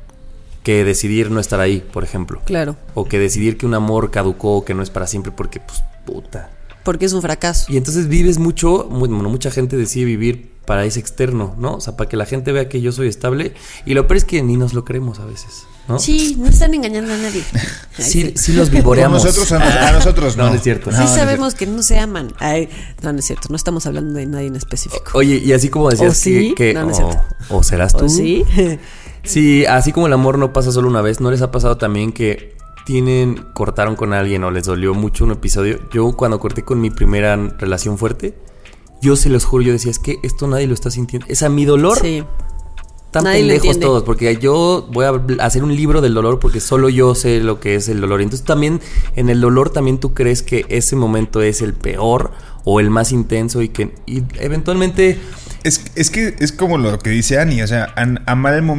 que decidir no estar ahí, por ejemplo. Claro. O que decidir que un amor caducó o que no es para siempre porque, pues, puta. Porque es un fracaso. Y entonces vives mucha gente decide vivir para ese externo, ¿no? O sea, para que la gente vea que yo soy estable. Y lo peor es que ni nos lo creemos a veces, ¿no? Sí, no están engañando a nadie. Sí los vivoreamos. A nosotros no. No es cierto. Sí sabemos que no se aman. Ay, no es cierto. No estamos hablando de nadie en específico. Oye, y así como decías sí? que no es cierto. O serás tú. ¿O sí? Sí, así como el amor no pasa solo una vez, ¿no les ha pasado también que cortaron con alguien o les dolió mucho un episodio? Yo cuando corté con mi primera relación fuerte, yo se los juro, yo decía, es que esto nadie lo está sintiendo. Es a mi dolor. Sí. Tan pendejos todos, porque yo voy a hacer un libro del dolor porque solo yo sé lo que es el dolor. Entonces también en el dolor también tú crees que ese momento es el peor o el más intenso y eventualmente... Es que es como lo que dice Ani, o sea, amar en el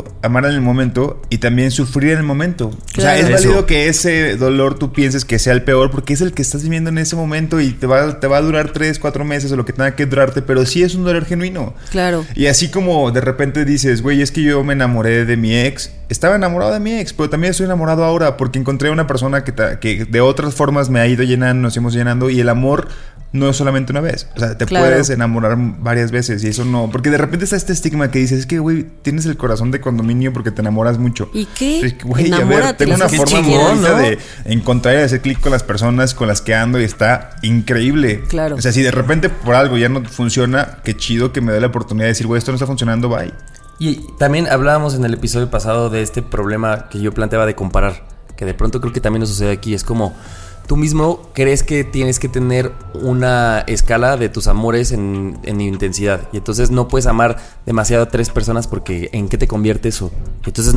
momento y también sufrir en el momento. Claro. O sea, es válido que ese dolor tú pienses que sea el peor porque es el que estás viviendo en ese momento y te va a durar 3-4 meses o lo que tenga que durarte, pero sí es un dolor genuino. Claro. Y así como de repente dices, güey, es que yo me enamoré de mi ex, estaba enamorado de mi ex, pero también estoy enamorado ahora porque encontré a una persona que de otras formas me ha ido llenando, nos hemos llenando y el amor no es solamente una vez. O sea, te puedes enamorar varias veces y eso no... Porque de repente está este estigma que dices, es que, güey, tienes el corazón de condominio porque te enamoras mucho. ¿Y qué? Es que, güey, a ver, tengo una forma muy bonita de encontrar y de hacer clic con las personas con las que ando y está increíble. Claro. O sea, si de repente por algo ya no funciona, qué chido que me dé la oportunidad de decir, güey, esto no está funcionando, bye. Y también hablábamos en el episodio pasado de este problema que yo planteaba de comparar, que de pronto creo que también nos sucede aquí. Es como... Tú mismo crees que tienes que tener una escala de tus amores en intensidad. Y entonces no puedes amar demasiado a 3 personas porque ¿en qué te convierte eso? Y entonces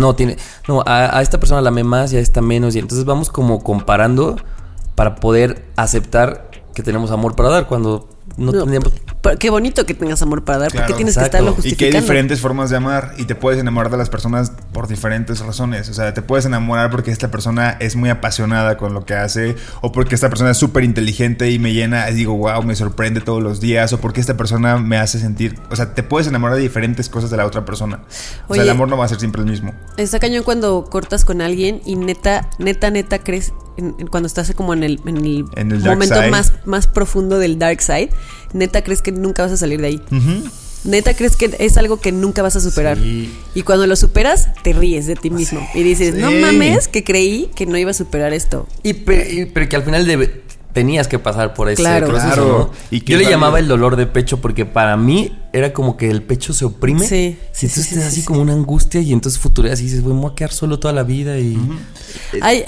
a esta persona la amé más y a esta menos. Y entonces vamos como comparando para poder aceptar que tenemos amor para dar cuando no teníamos... Qué bonito que tengas amor para dar, claro, porque tienes que estarlo justificando. Y que hay diferentes formas de amar y te puedes enamorar de las personas por diferentes razones. O sea, te puedes enamorar porque esta persona es muy apasionada con lo que hace, o porque esta persona es súper inteligente y me llena, y digo, wow, me sorprende todos los días, o porque esta persona me hace sentir... O sea, te puedes enamorar de diferentes cosas de la otra persona. O sea, el amor no va a ser siempre el mismo. Está cañón cuando cortas con alguien y neta crees... cuando estás como en el momento más profundo del dark side, neta crees que nunca vas a salir de ahí. Uh-huh. Neta crees que es algo que nunca vas a superar. Sí. Y cuando lo superas, te ríes de ti mismo. Sí. Y dices, no mames, que creí que no iba a superar esto. Pero que al final tenías que pasar por ese proceso, ¿no? Y yo le llamaba el dolor de pecho porque para mí era como que el pecho se oprime. Sí. Y entonces te da así como una angustia y entonces futureas y dices, güey, me voy a quedar solo toda la vida y... Uh-huh. Hay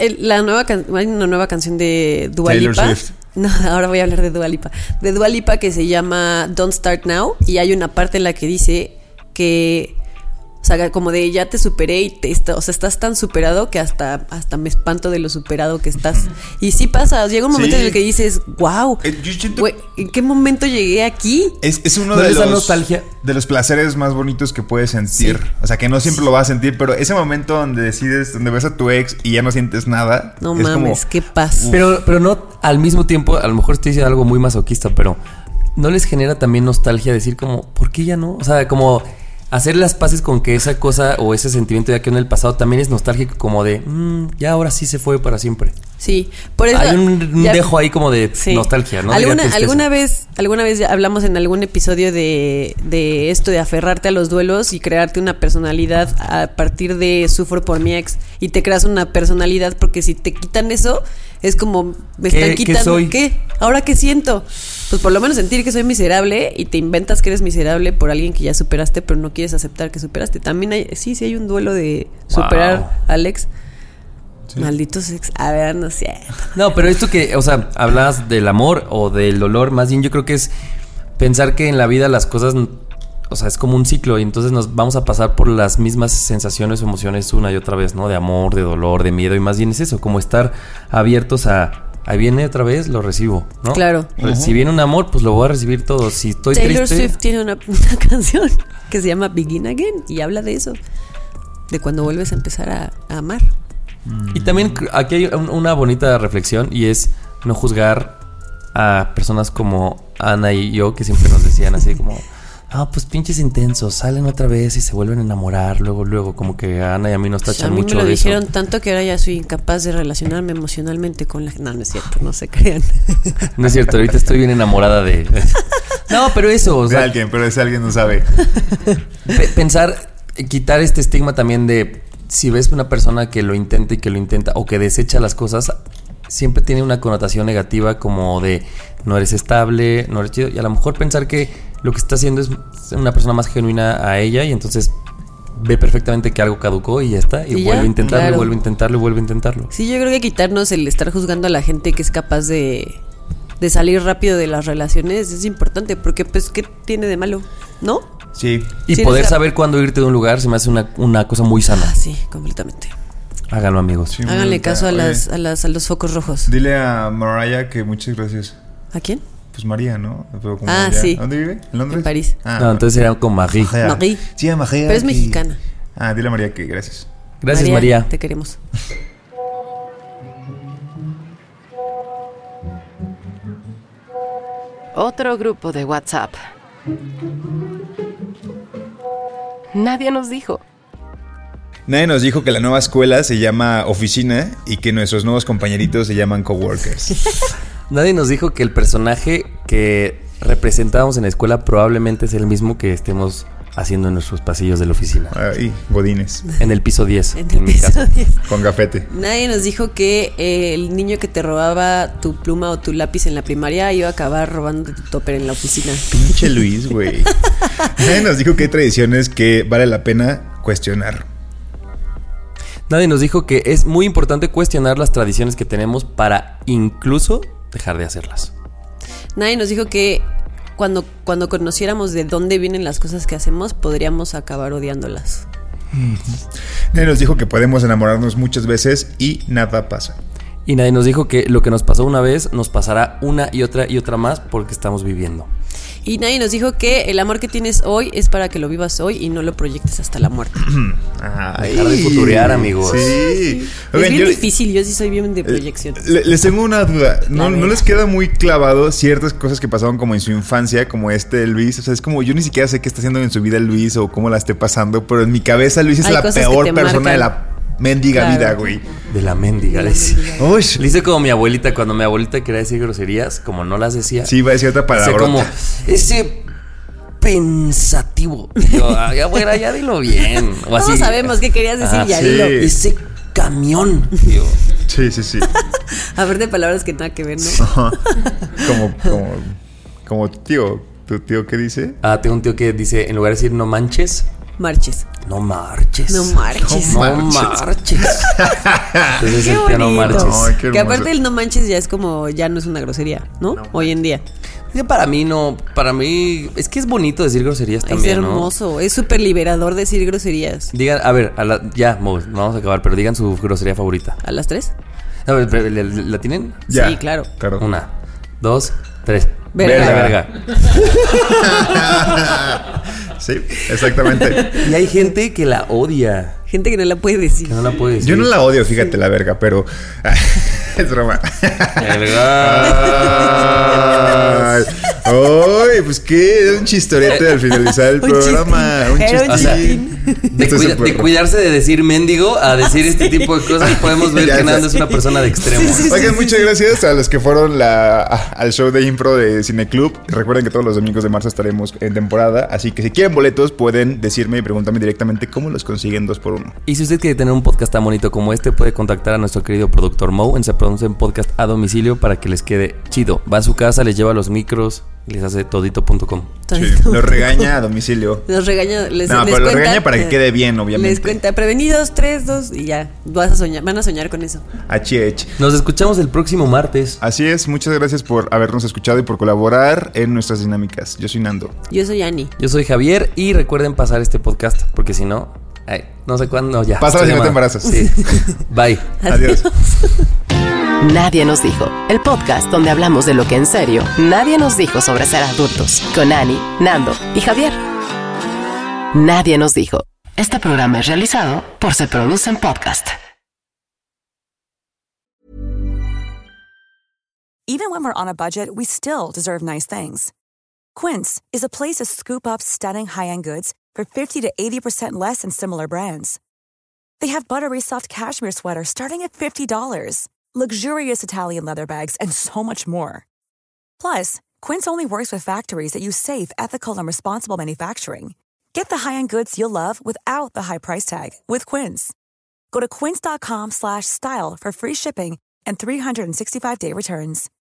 una nueva canción de Dua Lipa. Taylor Swift. No, ahora voy a hablar de Dua Lipa. De Dua Lipa que se llama Don't Start Now. Y hay una parte en la que dice que... O sea, como de ya te superé y estás tan superado que hasta me espanto de lo superado que estás. Y sí pasa, llega un momento en el que dices, wow, ¿en qué momento llegué aquí? Es uno de esa nostalgia de los placeres más bonitos que puedes sentir. Sí. O sea, que no siempre lo vas a sentir, pero ese momento donde donde ves a tu ex y ya no sientes nada. No mames, ¿qué pasa? Pero no al mismo tiempo, a lo mejor estoy diciendo algo muy masoquista, pero ¿no les genera también nostalgia decir como, ¿por qué ya no? O sea, como... Hacer las paces con que esa cosa o ese sentimiento ya quedó en el pasado también es nostálgico, como de ya ahora sí se fue para siempre. Sí, por eso hay un dejo ahí como de nostalgia, ¿no? Alguna vez ya hablamos en algún episodio de esto de aferrarte a los duelos y crearte una personalidad a partir de sufro por mi ex y te creas una personalidad porque si te quitan eso es como me están quitando ¿qué? ¿Ahora qué siento? Pues por lo menos sentir que soy miserable y te inventas que eres miserable por alguien que ya superaste, pero no quieres aceptar que superaste. También hay un duelo de superar al ex. Sí. Malditos ex. A ver, no sé. No, pero esto que, o sea, hablas del amor o del dolor, más bien yo creo que es pensar que en la vida las cosas, o sea, es como un ciclo y entonces nos vamos a pasar por las mismas sensaciones o emociones una y otra vez, ¿no? De amor, de dolor, de miedo y más bien es eso, como estar abiertos a... Ahí viene otra vez, lo recibo, ¿no? Claro. Si viene un amor, pues lo voy a recibir todo. Si estoy Taylor triste... Swift tiene una canción que se llama Begin Again y habla de eso. De cuando vuelves a empezar a amar. Y también aquí hay una bonita reflexión y es no juzgar a personas como Ana y yo que siempre nos decían así como... pues pinches intensos, salen otra vez y se vuelven a enamorar, luego, como que a Ana y a mí nos tachan mucho de eso. A mí me lo dijeron tanto que ahora ya soy incapaz de relacionarme emocionalmente con la... No es cierto, no se crean. No es cierto, ahorita estoy bien enamorada de... No, pero eso... O sea, de alguien, pero ese alguien no sabe. Pensar, quitar este estigma también de... Si ves una persona que lo intenta o que desecha las cosas... Siempre tiene una connotación negativa como de no eres estable, no eres chido. Y a lo mejor pensar que lo que está haciendo es una persona más genuina a ella y entonces ve perfectamente que algo caducó y ya está. Y vuelve a intentarlo, claro. vuelve a intentarlo. Sí, yo creo que quitarnos el estar juzgando a la gente que es capaz de salir rápido de las relaciones es importante. Porque pues, ¿qué tiene de malo? ¿No? Sí. Y poder saber cuándo irte de un lugar se me hace una cosa muy sana. Sí, completamente. Háganlo, amigos. Sí, háganle caso a los focos rojos. Dile a Mariah que muchas gracias. ¿A quién? Pues María, ¿no? Pero como sí. ¿Dónde vive? ¿En Londres? En París. No, entonces era con Marie. Marie. Sí, Marie. Pero es mexicana. Dile a María que gracias. Gracias, María. Te queremos. Otro grupo de WhatsApp. Nadie nos dijo. Nadie nos dijo que la nueva escuela se llama oficina y que nuestros nuevos compañeritos se llaman coworkers. Nadie nos dijo que el personaje que representábamos en la escuela probablemente es el mismo que estemos haciendo en nuestros pasillos de la oficina. Ay, godines. En el piso 10. En mi caso. 10. Con gafete. Nadie nos dijo que el niño que te robaba tu pluma o tu lápiz en la primaria iba a acabar robando tu topper en la oficina. Pinche Luis, güey. Nadie nos dijo que hay tradiciones que vale la pena cuestionar. Nadie nos dijo que es muy importante cuestionar las tradiciones que tenemos para incluso dejar de hacerlas. Nadie nos dijo que cuando conociéramos de dónde vienen las cosas que hacemos, podríamos acabar odiándolas. Nadie nos dijo que podemos enamorarnos muchas veces y nada pasa. Y nadie nos dijo que lo que nos pasó una vez nos pasará una y otra más porque estamos viviendo. Y nadie nos dijo que el amor que tienes hoy es para que lo vivas hoy y no lo proyectes hasta la muerte. Dejar de futurear, amigos. Sí. Oigan, es bien difícil, yo sí soy bien de proyección. Les tengo una duda. ¿No les queda muy clavado ciertas cosas que pasaron como en su infancia, como Luis? O sea, es como yo ni siquiera sé qué está haciendo en su vida Luis o cómo la esté pasando, pero en mi cabeza Luis es la peor persona de la mendiga vida, güey. De la mendiga. Le hice como mi abuelita. Cuando mi abuelita quería decir groserías, como no las decía. Sí, iba a decir otra palabra. Como ese pensativo. Yo, abuela, ya dilo bien. O así. Todos sabemos qué querías decir, ya dilo. Ese camión. Yo. Sí. A ver, de palabras que nada que ver, ¿no? Como tío. ¿Tu tío qué dice? Tengo un tío que dice, en lugar de decir no manches, marches. No marches. No marches. No marches. Entonces qué el tío no marches. Ay, que aparte el no manches ya es como, ya no es una grosería, ¿no? Hoy en día. Es que para mí es que es bonito decir groserías también, es hermoso, ¿no? Es súper liberador decir groserías. Digan, a ver, vamos a acabar, pero digan su grosería favorita. ¿A las 3? A ver, ¿la tienen? Ya, sí, claro. 1, 2, 3. Verga. Sí, exactamente. Y hay gente que la odia. Gente que no la puede decir. Yo no la odio, fíjate, la verga, pero es broma. ¡Ay! Pues qué, es un chistorete al finalizar el programa. Un chistín. De cuidarse de decir mendigo a decir este tipo de cosas, podemos ver que Nando es una persona de extremo. Oigan, muchas gracias a los que fueron al show de impro de Cineclub. Recuerden que todos los domingos de marzo estaremos en temporada, así que si quieren boletos pueden decirme y preguntarme directamente cómo los consiguen 2x1. Y si usted quiere tener un podcast tan bonito como este, puede contactar a nuestro querido productor Mo en Se Producen Podcast a domicilio para que les quede chido. Va a su casa, les lleva los micros, les hace todito.com. Sí, los regaña a domicilio. Los regaña, les pero los regaña para que quede bien, obviamente. Les cuenta, prevenidos, 3, 2 y ya. Van a soñar con eso. Nos escuchamos el próximo martes. Así es, muchas gracias por habernos escuchado y por colaborar en nuestras dinámicas. Yo soy Nando. Yo soy Ani. Yo soy Javier y recuerden pasar este podcast porque si no, no sé cuándo, ya. Pásalo si no te embarazas. Sí. Bye. Adiós. Nadie nos dijo, el podcast donde hablamos de lo que en serio nadie nos dijo sobre ser adultos, con Ani, Nando y Javier. Nadie nos dijo. Este programa es realizado por Se Producen Podcast. Even when we're on a budget, we still deserve nice things. Quince is a place to scoop up stunning high-end goods for 50 to 80% less than similar brands. They have buttery soft cashmere sweaters starting at $50, luxurious Italian leather bags, and so much more. Plus, Quince only works with factories that use safe, ethical, and responsible manufacturing. Get the high-end goods you'll love without the high price tag with Quince. Go to quince.com/style for free shipping and 365-day returns.